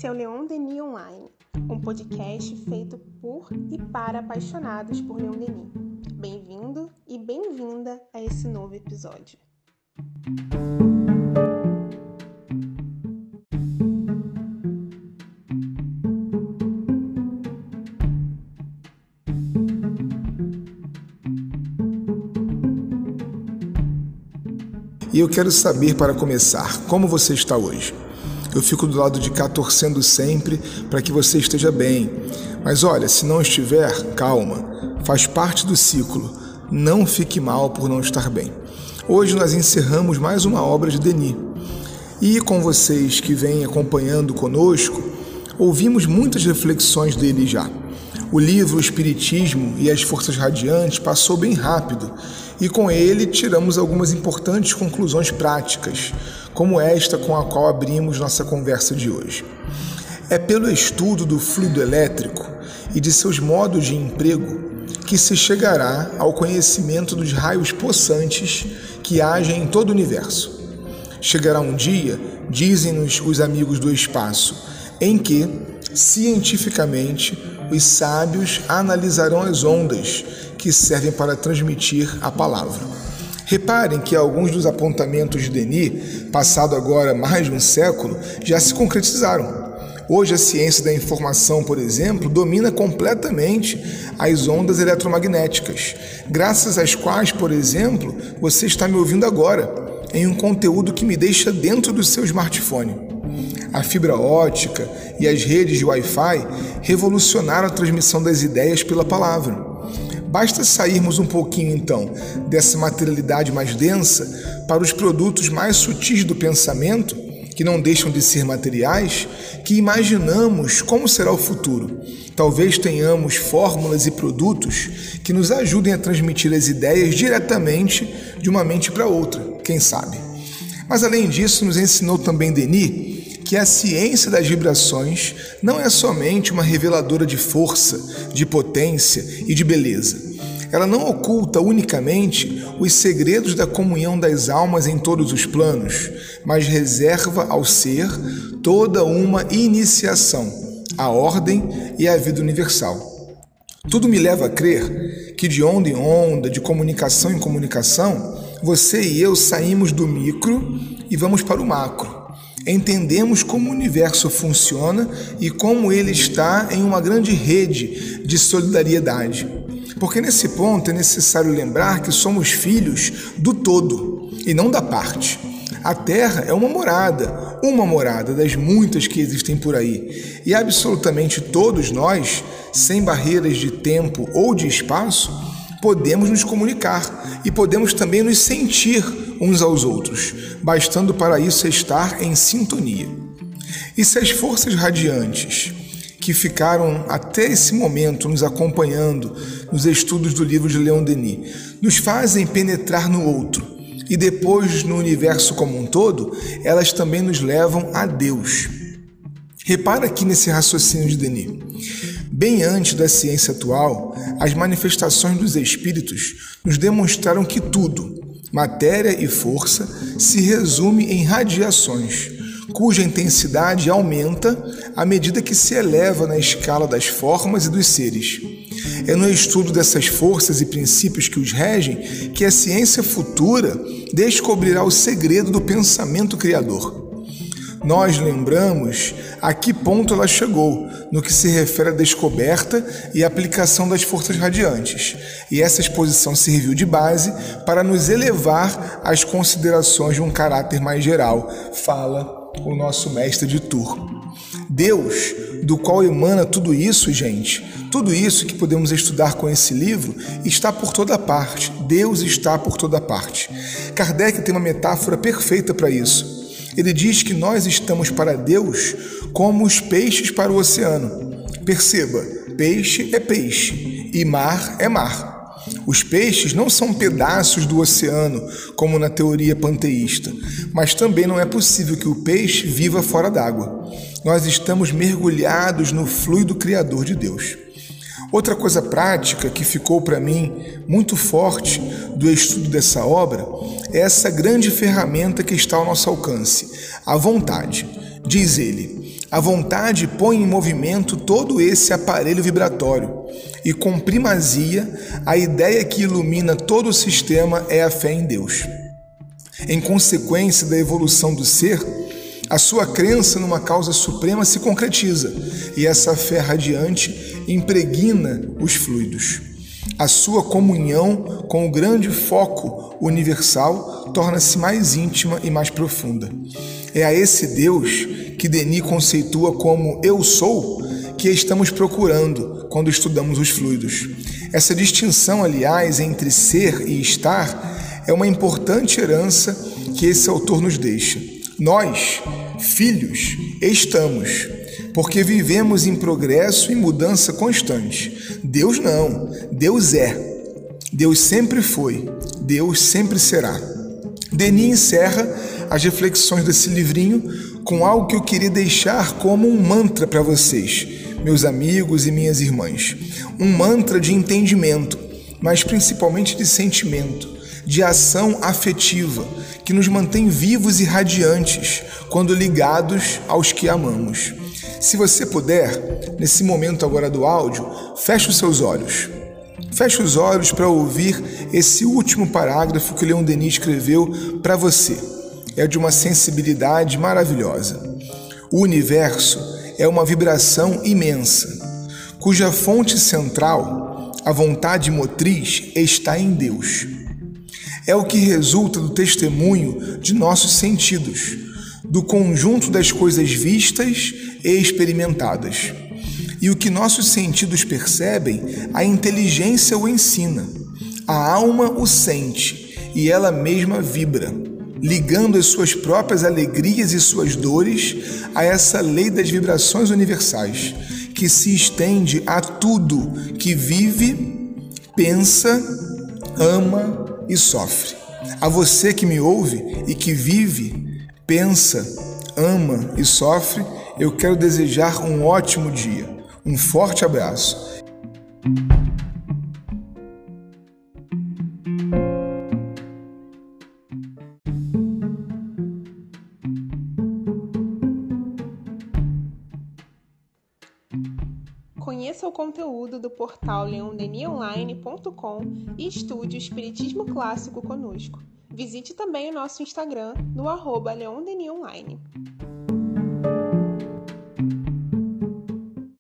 Esse é o Leon Denis Online, um podcast feito por e para apaixonados por Leon Denis. Bem-vindo e bem-vinda a esse novo episódio. E eu quero saber, para começar, como você está hoje. Eu fico do lado de cá torcendo sempre para que você esteja bem. Mas olha, se não estiver, calma, faz parte do ciclo. Não fique mal por não estar bem. Hoje nós encerramos mais uma obra de Denis. E com vocês que vêm acompanhando conosco, ouvimos muitas reflexões dele já. O livro O Espiritismo e as Forças Radiantes passou bem rápido e com ele tiramos algumas importantes conclusões práticas, como esta com a qual abrimos nossa conversa de hoje. É pelo estudo do fluido elétrico e de seus modos de emprego que se chegará ao conhecimento dos raios possantes que agem em todo o universo. Chegará um dia, dizem-nos os amigos do espaço, em que, cientificamente, os sábios analisarão as ondas que servem para transmitir a palavra. Reparem que alguns dos apontamentos de Denis, passado agora mais de um século, já se concretizaram. Hoje a ciência da informação, por exemplo, domina completamente as ondas eletromagnéticas, graças às quais, por exemplo, você está me ouvindo agora, em um conteúdo que me deixa dentro do seu smartphone. A fibra ótica e as redes de Wi-Fi revolucionaram a transmissão das ideias pela palavra. Basta sairmos um pouquinho, então, dessa materialidade mais densa para os produtos mais sutis do pensamento, que não deixam de ser materiais, que imaginamos como será o futuro. Talvez tenhamos fórmulas e produtos que nos ajudem a transmitir as ideias diretamente de uma mente para outra, quem sabe. Mas, além disso, nos ensinou também Denis que a ciência das vibrações não é somente uma reveladora de força, de potência e de beleza. Ela não oculta unicamente os segredos da comunhão das almas em todos os planos, mas reserva ao ser toda uma iniciação, a ordem e a vida universal. Tudo me leva a crer que de onda em onda, de comunicação em comunicação, você e eu saímos do micro e vamos para o macro. Entendemos como o universo funciona e como ele está em uma grande rede de solidariedade. Porque nesse ponto é necessário lembrar que somos filhos do todo e não da parte. A Terra é uma morada das muitas que existem por aí. E absolutamente todos nós, sem barreiras de tempo ou de espaço, podemos nos comunicar e podemos também nos sentir uns aos outros, bastando para isso estar em sintonia. E se as forças radiantes que ficaram até esse momento nos acompanhando nos estudos do livro de Leon Denis nos fazem penetrar no outro e depois no universo como um todo, elas também nos levam a Deus. Repara aqui nesse raciocínio de Denis. Bem antes da ciência atual, as manifestações dos espíritos nos demonstraram que tudo, matéria e força, se resume em radiações, cuja intensidade aumenta à medida que se eleva na escala das formas e dos seres. É no estudo dessas forças e princípios que os regem que a ciência futura descobrirá o segredo do pensamento criador. Nós lembramos a que ponto ela chegou no que se refere à descoberta e aplicação das forças radiantes, e essa exposição serviu de base para nos elevar às considerações de um caráter mais geral, fala o nosso mestre de Tours. Deus, do qual emana tudo isso, gente, tudo isso que podemos estudar com esse livro, está por toda parte. Deus está por toda parte. Kardec tem uma metáfora perfeita para isso. Ele diz que nós estamos para Deus como os peixes para o oceano. Perceba, peixe é peixe e mar é mar. Os peixes não são pedaços do oceano, como na teoria panteísta, mas também não é possível que o peixe viva fora d'água. Nós estamos mergulhados no fluido criador de Deus. Outra coisa prática que ficou para mim muito forte do estudo dessa obra é essa grande ferramenta que está ao nosso alcance, a vontade. Diz ele: A vontade põe em movimento todo esse aparelho vibratório e, com primazia, a ideia que ilumina todo o sistema é a fé em Deus. Em consequência da evolução do ser, a sua crença numa causa suprema se concretiza e essa fé radiante impregna os fluidos. A sua comunhão com o grande foco universal torna-se mais íntima e mais profunda. É a esse Deus que Denis conceitua como Eu Sou que estamos procurando quando estudamos os fluidos. Essa distinção, aliás, entre ser e estar é uma importante herança que esse autor nos deixa. Nós, filhos, estamos, porque vivemos em progresso e mudança constante. Deus não, Deus é. Deus sempre foi, Deus sempre será. Denis encerra as reflexões desse livrinho com algo que eu queria deixar como um mantra para vocês, meus amigos e minhas irmãs. Um mantra de entendimento, mas principalmente de sentimento, de ação afetiva, que nos mantém vivos e radiantes quando ligados aos que amamos. Se você puder, nesse momento agora do áudio, feche os seus olhos. Feche os olhos para ouvir esse último parágrafo que Leon Denis escreveu para você. É de uma sensibilidade maravilhosa. O universo é uma vibração imensa, cuja fonte central, a vontade motriz, está em Deus. É o que resulta do testemunho de nossos sentidos, do conjunto das coisas vistas e experimentadas. E o que nossos sentidos percebem, a inteligência o ensina. A alma o sente e ela mesma vibra, ligando as suas próprias alegrias e suas dores a essa lei das vibrações universais, que se estende a tudo que vive, pensa, ama e sofre. A você que me ouve e que vive, pensa, ama e sofre, eu quero desejar um ótimo dia. Um forte abraço. Conheça o conteúdo do portal leondenionline.com e estude o Espiritismo Clássico conosco. Visite também o nosso Instagram no @leondenionline.